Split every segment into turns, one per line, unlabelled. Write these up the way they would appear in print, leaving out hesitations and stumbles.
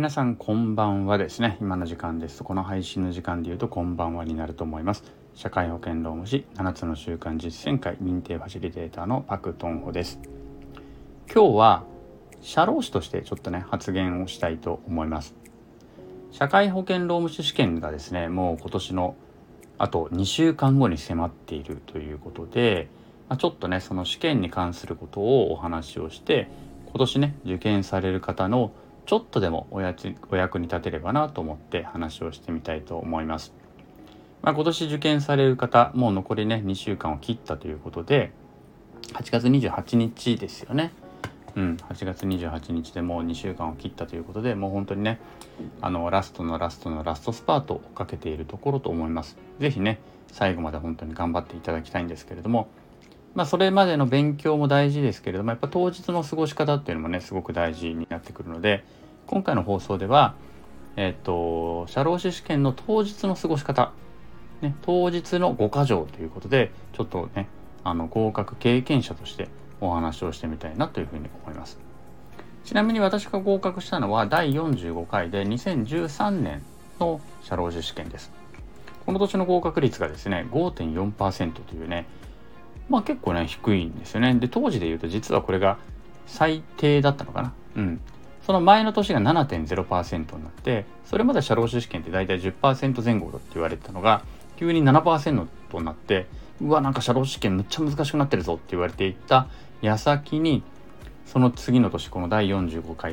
皆さんこんばんはですね。今の時間ですと、この配信の時間で言うとこんばんはになると思います。社会保険労務士7つの習慣実践会認定ファシリテーターのパクトンホです。今日は社労士としてちょっとね発言をしたいと思います。社会保険労務士試験がですね、もう今年のあと2週間後に迫っているということで、ちょっとねその試験に関することをお話をして、今年ね受験される方のちょっとでもお役に立てればなと思って話をしてみたいと思います。今年受験される方、もう残りね2週間を切ったということで、8月28日ですよね。8月28日でもう2週間を切ったということで、もう本当にねラストのラストスパートをかけているところと思います。ぜひね最後まで本当に頑張っていただきたいんですけれども、それまでの勉強も大事ですけれども、やっぱ当日の過ごし方っていうのもねすごく大事になってくるので、今回の放送では社労士試験の当日の過ごし方、当日の5か条ということで、ちょっとね合格経験者としてお話をしてみたいなというふうに思います。ちなみに私が合格したのは第45回で2013年の社労士試験です。この年の合格率がですね 5.4% というね、結構ね低いんですよね。で当時で言うと実はこれが最低だったのかな。その前の年が 7.0% になって、それまで社労士試験ってだいたい 10% 前後だって言われてたのが急に 7% になって、なんか社労士試験むっちゃ難しくなってるぞって言われていた矢先に、その次の年、この第45回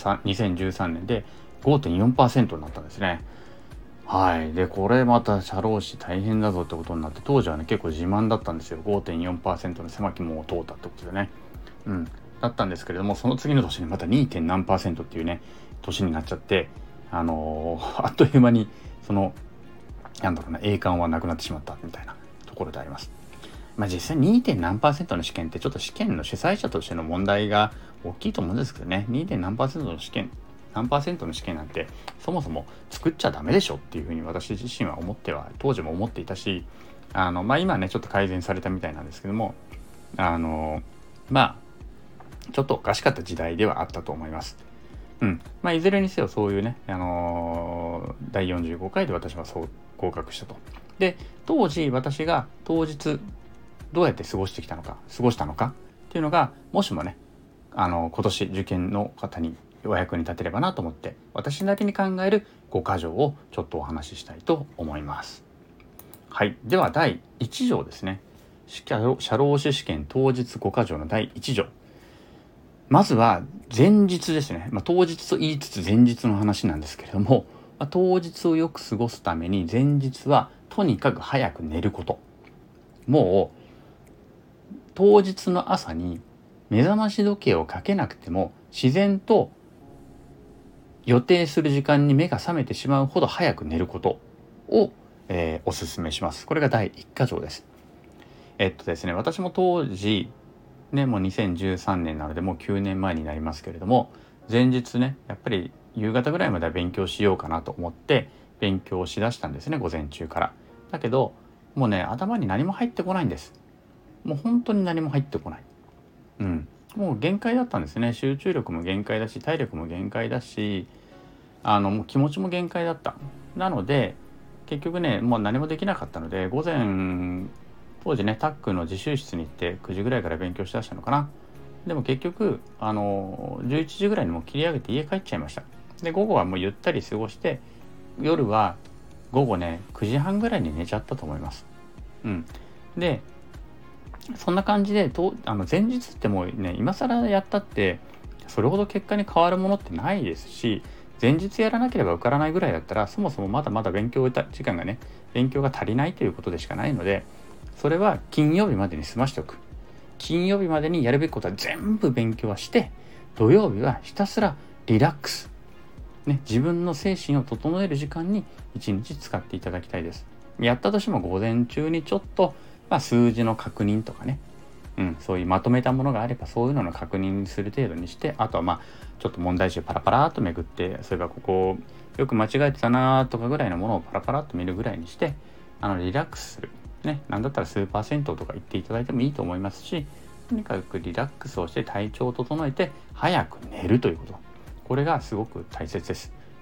2013年で 5.4% になったんですね。でこれまた社労士大変だぞってことになって、当時はね結構自慢だったんですよ。 5.4% の狭き門を通ったってことでね、だったんですけれども、その次の年にまた 2. 何%っていうね年になっちゃって、あっという間にその栄冠はなくなってしまったみたいなところであります。実際 2. 何%の試験ってちょっと試験の主催者としての問題が大きいと思うんですけどね。 2. 何%の試験なんてそもそも作っちゃダメでしょっていうふうに私自身は当時も思っていたし、今ねちょっと改善されたみたいなんですけども、ちょっとおかしかった時代ではあったと思います。いずれにせよそういうね、第45回で私はそう合格したと。で当時私が当日どうやって過ごしたのかっていうのが、もしもね今年受験の方にお役に立てればなと思って、私なりに考える5か条をちょっとお話ししたいと思います。では第1条ですね。社労士試験当日5か条の第1条。まずは前日ですね。当日と言いつつ前日の話なんですけれども、当日をよく過ごすために前日はとにかく早く寝ること。もう当日の朝に目覚まし時計をかけなくても自然と予定する時間に目が覚めてしまうほど早く寝ることを、お勧めします。これが第1か条です。ですね、私も当時ね、もう2013年なのでもう9年前になりますけれども、前日ねやっぱり夕方ぐらいまでは勉強しようかなと思って勉強しだしたんですね、午前中から。だけどもうね頭に何も入ってこないんです。もう本当に何も入ってこない。もう限界だったんですね。集中力も限界だし、体力も限界だし、もう気持ちも限界だった。なので結局ねもう何もできなかったので、当時ねタックの自習室に行って9時ぐらいから勉強しだしたのかな。でも結局11時ぐらいにもう切り上げて家帰っちゃいました。で午後はもうゆったり過ごして、夜は午後ね9時半ぐらいに寝ちゃったと思います。でそんな感じで前日ってもうね今更やったってそれほど結果に変わるものってないですし、前日やらなければ受からないぐらいだったら、そもそもまだまだ勉強が足りないということでしかないので、それは金曜日までに済ましておく。金曜日までにやるべきことは全部勉強はして、土曜日はひたすらリラックス、自分の精神を整える時間に一日使っていただきたいです。やったとしても午前中にちょっと、数字の確認とかね、そういうまとめたものがあればそういうのの確認する程度にして、あとはちょっと問題集パラパラっと巡って、それがここよく間違えてたなとかぐらいのものをパラパラっと見るぐらいにして、リラックスする。なんだったら数%とか言っていただいてもいいと思いますし、とにかくリラックスをして体調を整えて早く寝るということ、これがすごく大切です。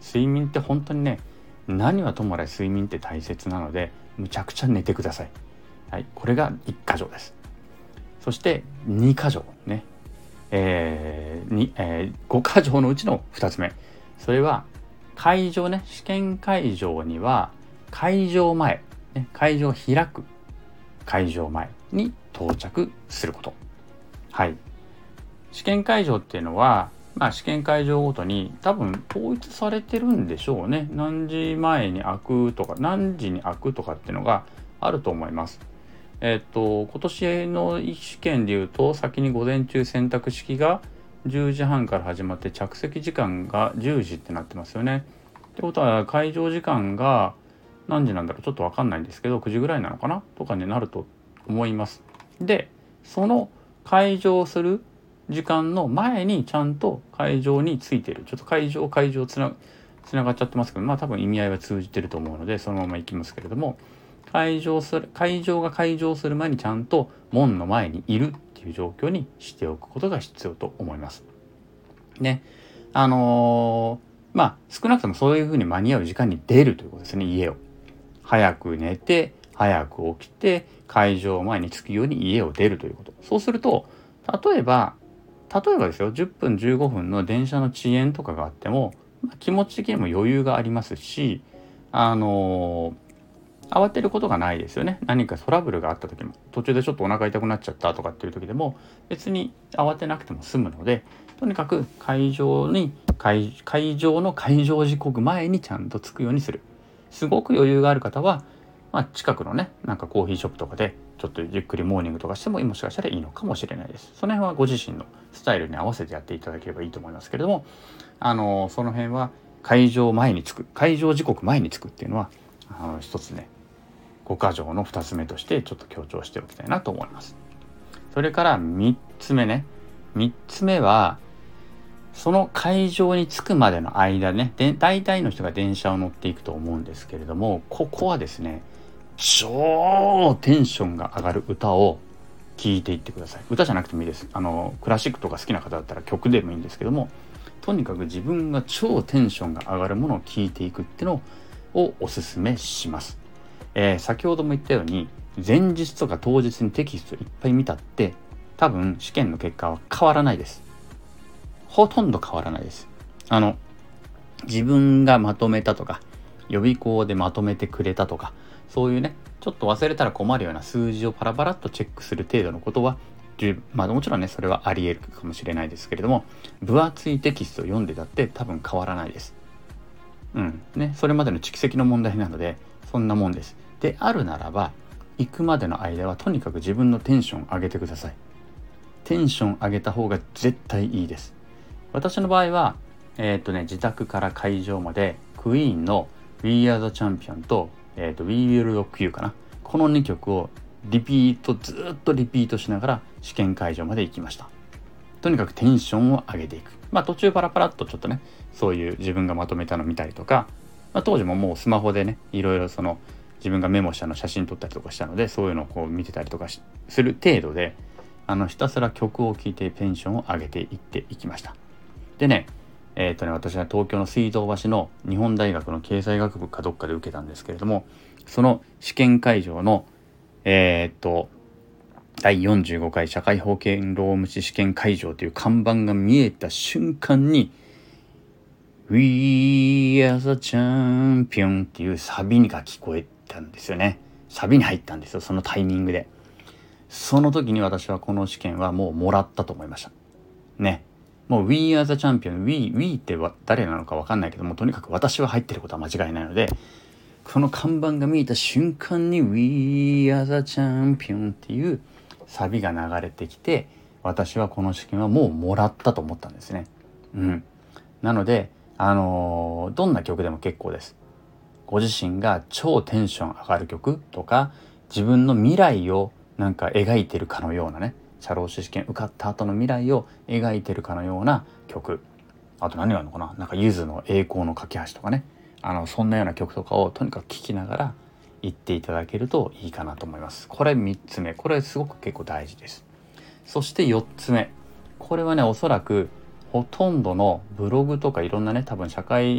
睡眠って本当にね、何はともあれ睡眠って大切なので、むちゃくちゃ寝てください。はい、これが1箇条です。そして2箇条ね、5箇条のうちの2つ目、それは会場ね、試験会場には会場前、ね、会場を開く会場前に到着すること。はい、試験会場っていうのは、試験会場ごとに多分統一されてるんでしょうね。何時前に開くとか何時に開くとかっていうのがあると思います。今年の試験でいうと、先に午前中選択式が10時半から始まって着席時間が10時ってなってますよね。ってことは会場時間が何時なんだろう、ちょっと分かんないんですけど、9時ぐらいなのかなとかになると思います。で、その会場する時間の前にちゃんと会場についてる、ちょっと会場つながっちゃってますけど、多分意味合いは通じてると思うのでそのままいきますけれども、会場が開場する前にちゃんと門の前にいるっていう状況にしておくことが必要と思いますね。少なくともそういうふうに間に合う時間に出るということですね。家を早く寝て早く起きて会場前に着くように家を出るということ。そうすると、例えばですよ、10分15分の電車の遅延とかがあっても、気持ち的にも余裕がありますし、慌てることがないですよね。何かトラブルがあった時も、途中でちょっとお腹痛くなっちゃったとかっていう時でも別に慌てなくても済むので、とにかく会場の開場時刻前にちゃんと着くようにする。すごく余裕がある方は、近くのね、なんかコーヒーショップとかでちょっとゆっくりモーニングとかしてももしかしたらいいのかもしれないです。その辺はご自身のスタイルに合わせてやっていただければいいと思いますけれども、その辺は会場時刻前に着くっていうのは一つね、5箇条の2つ目としてちょっと強調しておきたいなと思います。それから3つ目ね。3つ目は、その会場に着くまでの間ね、大体の人が電車を乗っていくと思うんですけれども、ここはですね、超テンションが上がる歌を聴いていってください。歌じゃなくてもいいです。クラシックとか好きな方だったら曲でもいいんですけども、とにかく自分が超テンションが上がるものを聴いていくっていうのをおすすめします。先ほども言ったように、前日とか当日にテキストいっぱい見たって多分試験の結果は変わらないです。ほとんど変わらないです。自分がまとめたとか、予備校でまとめてくれたとか、そういうね、ちょっと忘れたら困るような数字をパラパラっとチェックする程度のことはもちろんね、それはあり得るかもしれないですけれども、分厚いテキストを読んでたって多分変わらないです。それまでの蓄積の問題なので、そんなもんです。であるならば、行くまでの間はとにかく自分のテンション上げてください。テンション上げた方が絶対いいです。私の場合は自宅から会場までクイーンの We Are the Champion と、We Will Rock You かな、この2曲をずっとリピートしながら試験会場まで行きました。とにかくテンションを上げていく。途中パラパラっとちょっとね、そういう自分がまとめたの見たりとか、当時ももうスマホでね、いろいろその自分がメモしたの写真撮ったりとかしたので、そういうのをこう見てたりとかする程度で、ひたすら曲を聴いてテンションを上げていっていきました。でね、私は東京の水道橋の日本大学の経済学部かどっかで受けたんですけれども、その試験会場の第45回社会保険労務士試験会場という看板が見えた瞬間に We are the champion っていうサビが聞こえたんですよね。サビに入ったんですよ、そのタイミングで。その時に私はこの試験はもうもらったと思いましたね。もう We are the champion、We って誰なのか分かんないけども、とにかく私は入ってることは間違いないので、この看板が見えた瞬間に We are the champion っていうサビが流れてきて、私はこの試験はもうもらったと思ったんですね。なのでどんな曲でも結構です。ご自身が超テンション上がる曲とか、自分の未来をなんか描いてるかのようなね、社労士試験受かった後の未来を描いてるかのような曲、あと何があるのかな、なんかゆずの栄光の架け橋とかね、そんなような曲とかをとにかく聴きながら行っていただけるといいかなと思います。これ3つ目、これすごく結構大事です。そして4つ目、これはね、おそらくほとんどのブログとかいろんなね、多分社会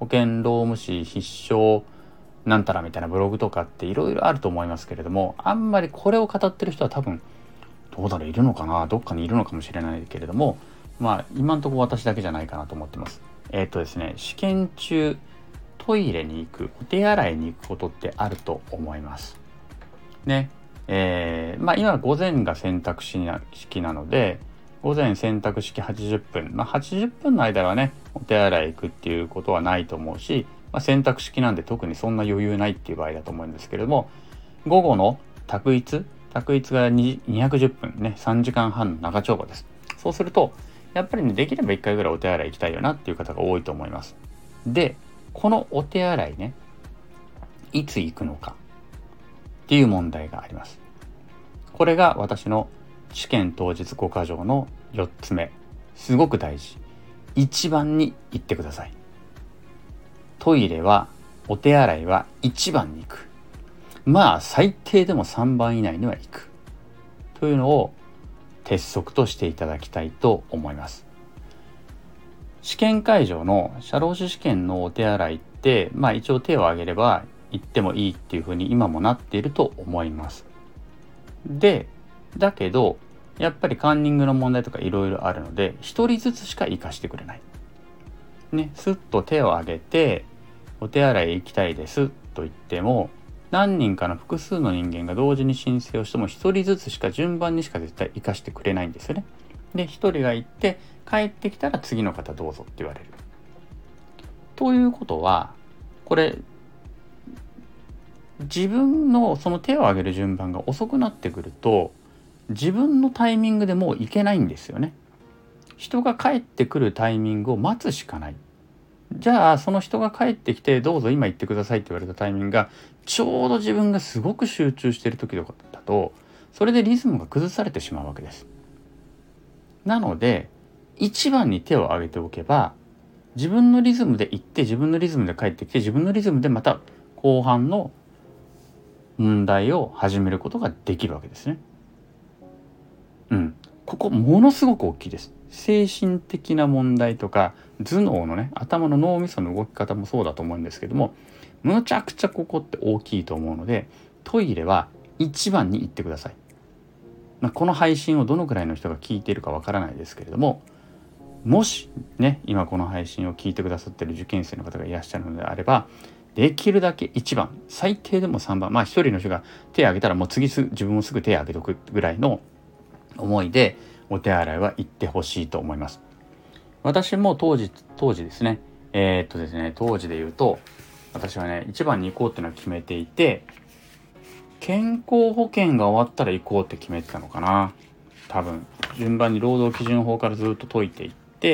保険労務士必勝なんたらみたいなブログとかっていろいろあると思いますけれども、あんまりこれを語ってる人は多分どうだろう、いるのかな、どっかにいるのかもしれないけれども、今のところ私だけじゃないかなと思ってます。ですね、試験中トイレに行く、お手洗いに行くことってあると思いますね。今午前が選択式なので、午前選択式80分、80分の間はねお手洗い行くっていうことはないと思うし、選択式なんで特にそんな余裕ないっていう場合だと思うんですけれども、午後の択一が210分ね、3時間半の長丁場です。そうするとやっぱりね、できれば1回ぐらいお手洗い行きたいよなっていう方が多いと思います。で、このお手洗いね、いつ行くのかっていう問題があります。これが私の試験当日5箇条の4つ目。すごく大事。1番に行ってください。トイレは、お手洗いは1番に行く。最低でも3番以内には行く。というのを鉄則としていただきたいと思います。試験会場の社労士試験のお手洗いって、一応手を挙げれば行ってもいいっていうふうに今もなっていると思います。で、だけどやっぱりカンニングの問題とかいろいろあるので、一人ずつしか行かしてくれないね。すっと手を挙げてお手洗い行きたいですと言っても、何人かの複数の人間が同時に申請をしても一人ずつしか、順番にしか絶対行かしてくれないんですよね。で、一人が行って帰ってきたら次の方どうぞって言われる。ということは、これ自分のその手を挙げる順番が遅くなってくると、自分のタイミングでもう行けないんですよね。人が帰ってくるタイミングを待つしかない。じゃあその人が帰ってきてどうぞ今行ってくださいって言われたタイミングがちょうど自分がすごく集中している時とかだと、それでリズムが崩されてしまうわけです。なので一番に手を挙げておけば、自分のリズムで行って自分のリズムで帰ってきて自分のリズムでまた後半の問題を始めることができるわけですね。ここものすごく大きいです。精神的な問題とか頭脳のね、頭の脳みその動き方もそうだと思うんですけども、むちゃくちゃここって大きいと思うので、トイレは一番に行ってください。この配信をどのくらいの人が聞いているかわからないですけれども、もしね、今この配信を聞いてくださっている受験生の方がいらっしゃるのであれば、できるだけ1番、最低でも3番、一人の人が手を挙げたらもう自分もすぐ手を挙げとくぐらいの思いでお手洗いは行ってほしいと思います。私も当時ですね、当時で言うと、私はね、1番に行こうっていうのは決めていて、健康保険が終わったら行こうって決めてたのかな。多分順番に労働基準法からずっと解いていって、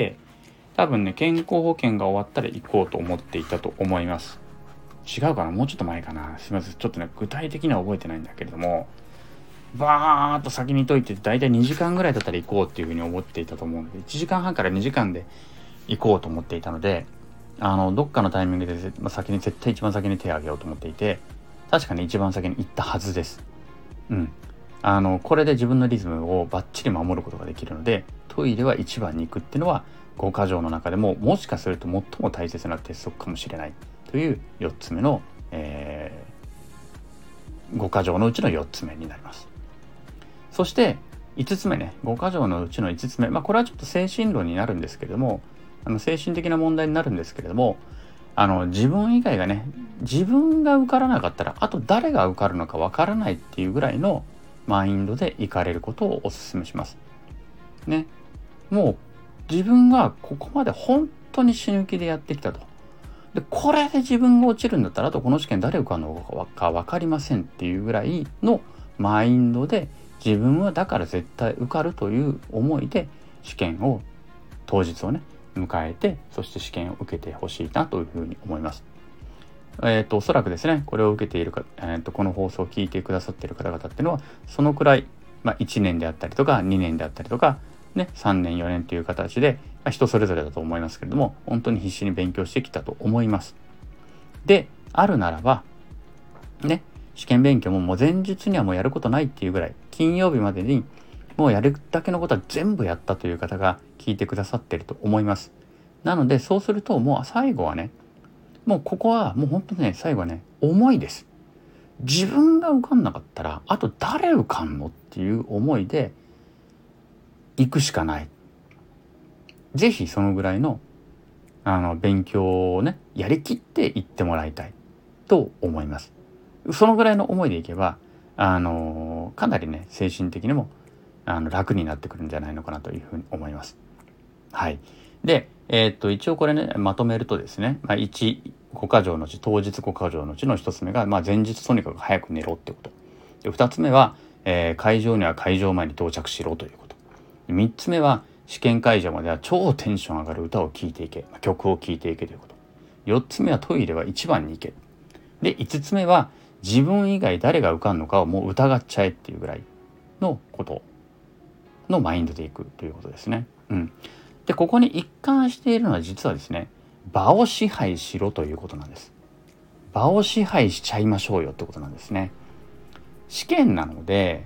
多分ね、健康保険が終わったら行こうと思っていたと思います。違うかな、もうちょっと前かな、すみません、ちょっとね具体的には覚えてないんだけれども、バーッと先に解いてだいたい2時間ぐらいだったら行こうっていうふうに思っていたと思うので、1時間半から2時間で行こうと思っていたので、どっかのタイミングで、絶対一番先に手を挙げようと思っていて、確かに一番先に行ったはずです。これで自分のリズムをバッチリ守ることができるので、トイレは一番に行くっていうのは5箇条の中でももしかすると最も大切な鉄則かもしれないという4つ目の、5箇条のうちの4つ目になります。そして5つ目ね、5箇条のうちの5つ目、これはちょっと精神論になるんですけれども、精神的な問題になるんですけれども、自分以外がね、自分が受からなかったらあと誰が受かるのかわからないっていうぐらいのマインドで行かれることをお勧めしますね。もう自分がここまで本当に死ぬ気でやってきたと。で、これで自分が落ちるんだったら、あとこの試験誰受かるのか分かりませんっていうぐらいのマインドで、自分はだから絶対受かるという思いで試験を、当日をね迎えて、そして試験を受けてほしいなというふうに思います。おそらくですね、これを受けているか、この放送を聞いてくださっている方々っていうのはそのくらい、1年であったりとか2年であったりとかね、3年4年という形で、人それぞれだと思いますけれども、本当に必死に勉強してきたと思います。であるならばね、試験勉強も前日にはもうやることないっていうぐらい、金曜日までにもうやるだけのことは全部やったという方が聞いてくださっていると思います。なのでそうするともう最後はね、 もうここはもう本当ね、最後はね、思いです。自分が受かんなかったらあと誰受かんのっていう思いで行くしかない。ぜひそのぐらいの勉強をね、やりきって行ってもらいたいと思います。そのぐらいの思いでいけばかなりね、精神的にも楽になってくるんじゃないのかなというふうに思います。はい。で、一応これね、まとめるとですね、1、5か条のうち、当日5か条のうちの1つ目が、前日とにかく早く寝ろってこと。で、2つ目は、会場には会場前に到着しろということ。3つ目は、試験会場までは超テンション上がる歌を聴いていけ、曲を聴いていけということ。4つ目はトイレは一番に行け。で、5つ目は、自分以外誰が受かんのかをもう疑っちゃえっていうぐらいのことのマインドでいくということですね。で、ここに一貫しているのは実はですね、場を支配しろということなんです。場を支配しちゃいましょうよってことなんですね。試験なので、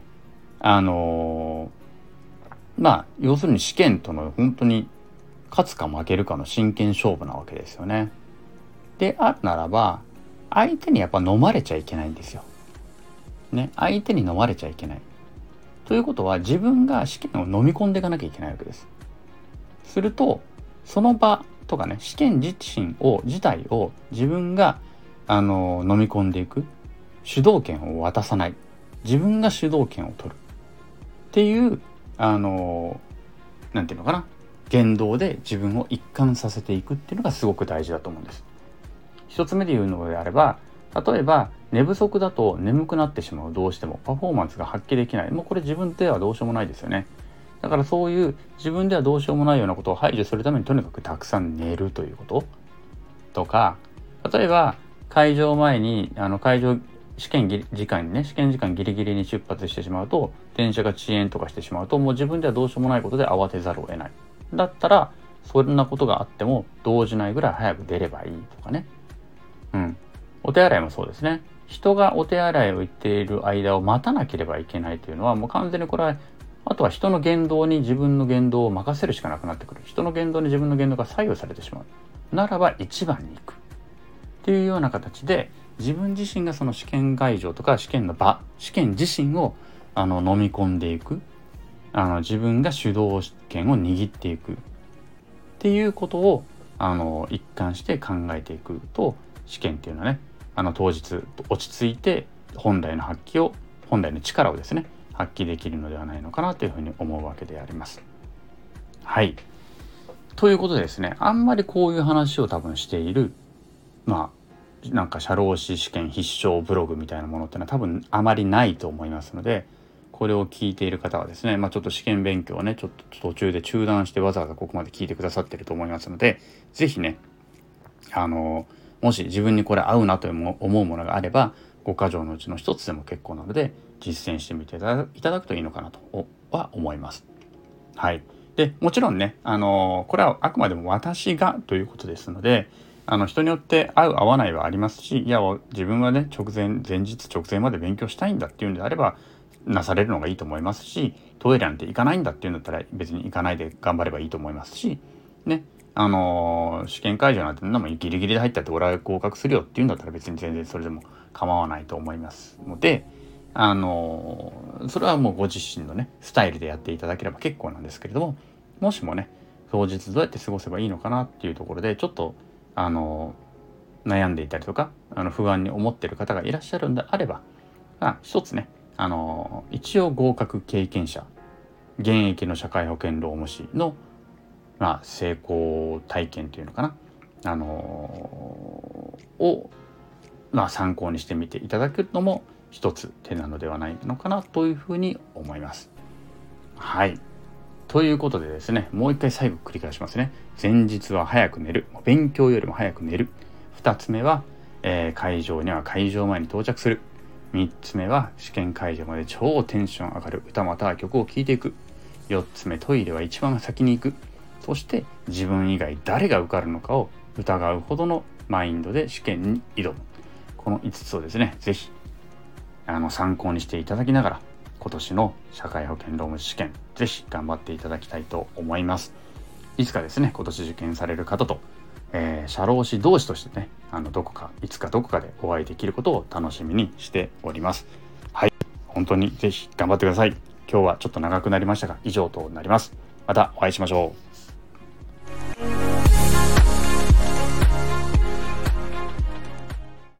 要するに試験との本当に勝つか負けるかの真剣勝負なわけですよね。であるならば、相手にやっぱ飲まれちゃいけないんですよ。ね、相手に飲まれちゃいけない。ということは自分が試験を飲み込んでいかなきゃいけないわけです。するとその場とかね、試験自体を自分が飲み込んでいく、主導権を渡さない、自分が主導権を取るっていうなんていうのかな、言動で自分を一貫させていくっていうのがすごく大事だと思うんです。一つ目で言うのであれば、例えば寝不足だと眠くなってしまう、どうしてもパフォーマンスが発揮できない、もうこれ自分ではどうしようもないですよね。だからそういう自分ではどうしようもないようなことを排除するためにとにかくたくさん寝るということとか、例えば会場前に試験時間ギリギリに出発してしまうと、電車が遅延とかしてしまうと、もう自分ではどうしようもないことで慌てざるを得ない。だったらそんなことがあっても動じないぐらい早く出ればいいとかね。お手洗いもそうですね。人がお手洗いを行っている間を待たなければいけないというのは、もう完全にこれはあとは人の言動に自分の言動を任せるしかなくなってくる。人の言動に自分の言動が左右されてしまうならば一番に行くっていうような形で、自分自身がその試験会場とか試験の場、試験自身を飲み込んでいく、自分が主導権を握っていくっていうことを一貫して考えていくと、試験っていうのはね、当日落ち着いて本来の力をですね発揮できるのではないのかなというふうに思うわけであります。はい。ということでですね、あんまりこういう話を多分しているなんか社労士試験必勝ブログみたいなものってのは多分あまりないと思いますので、これを聞いている方はですね、ちょっと試験勉強をねちょっと途中で中断してわざわざここまで聞いてくださっていると思いますので、ぜひねもし自分にこれ合うなと思うものがあれば、5か条のうちの一つでも結構なので実践してみていただくといいのかなとは思います。はい。でもちろんね、これはあくまでも私がということですので、人によって合う合わないはありますし、いや自分はね前日直前まで勉強したいんだっていうんであればなされるのがいいと思いますし、トイレなんて行かないんだっていうんだったら別に行かないで頑張ればいいと思いますしね。試験会場なんてのもギリギリで入ったって俺は合格するよっていうんだったら別に全然それでも構わないと思いますので、それはもうご自身のねスタイルでやっていただければ結構なんですけれども、もしもね当日どうやって過ごせばいいのかなっていうところでちょっと悩んでいたりとか不安に思っている方がいらっしゃるんであれば、一つね一応合格経験者、現役の社会保険労務士の成功体験というのかな、を参考にしてみていただくのも一つ手なのではないのかなというふうに思います。はい。ということでですね、もう一回最後繰り返しますね。前日は早く寝る。勉強よりも早く寝る。2つ目は、会場には会場前に到着する。3つ目は試験会場まで超テンション上がる歌または曲を聴いていく。4つ目、トイレは一番先に行く。そして自分以外誰が受かるのかを疑うほどのマインドで試験に挑む。この5つをですね、ぜひ参考にしていただきながら今年の社会保険労務士試験ぜひ頑張っていただきたいと思います。いつかですね、今年受験される方と、社労士同士としてねどこかいつかどこかでお会いできることを楽しみにしております。はい、本当にぜひ頑張ってください。今日はちょっと長くなりましたが以上となります。またお会いしましょう。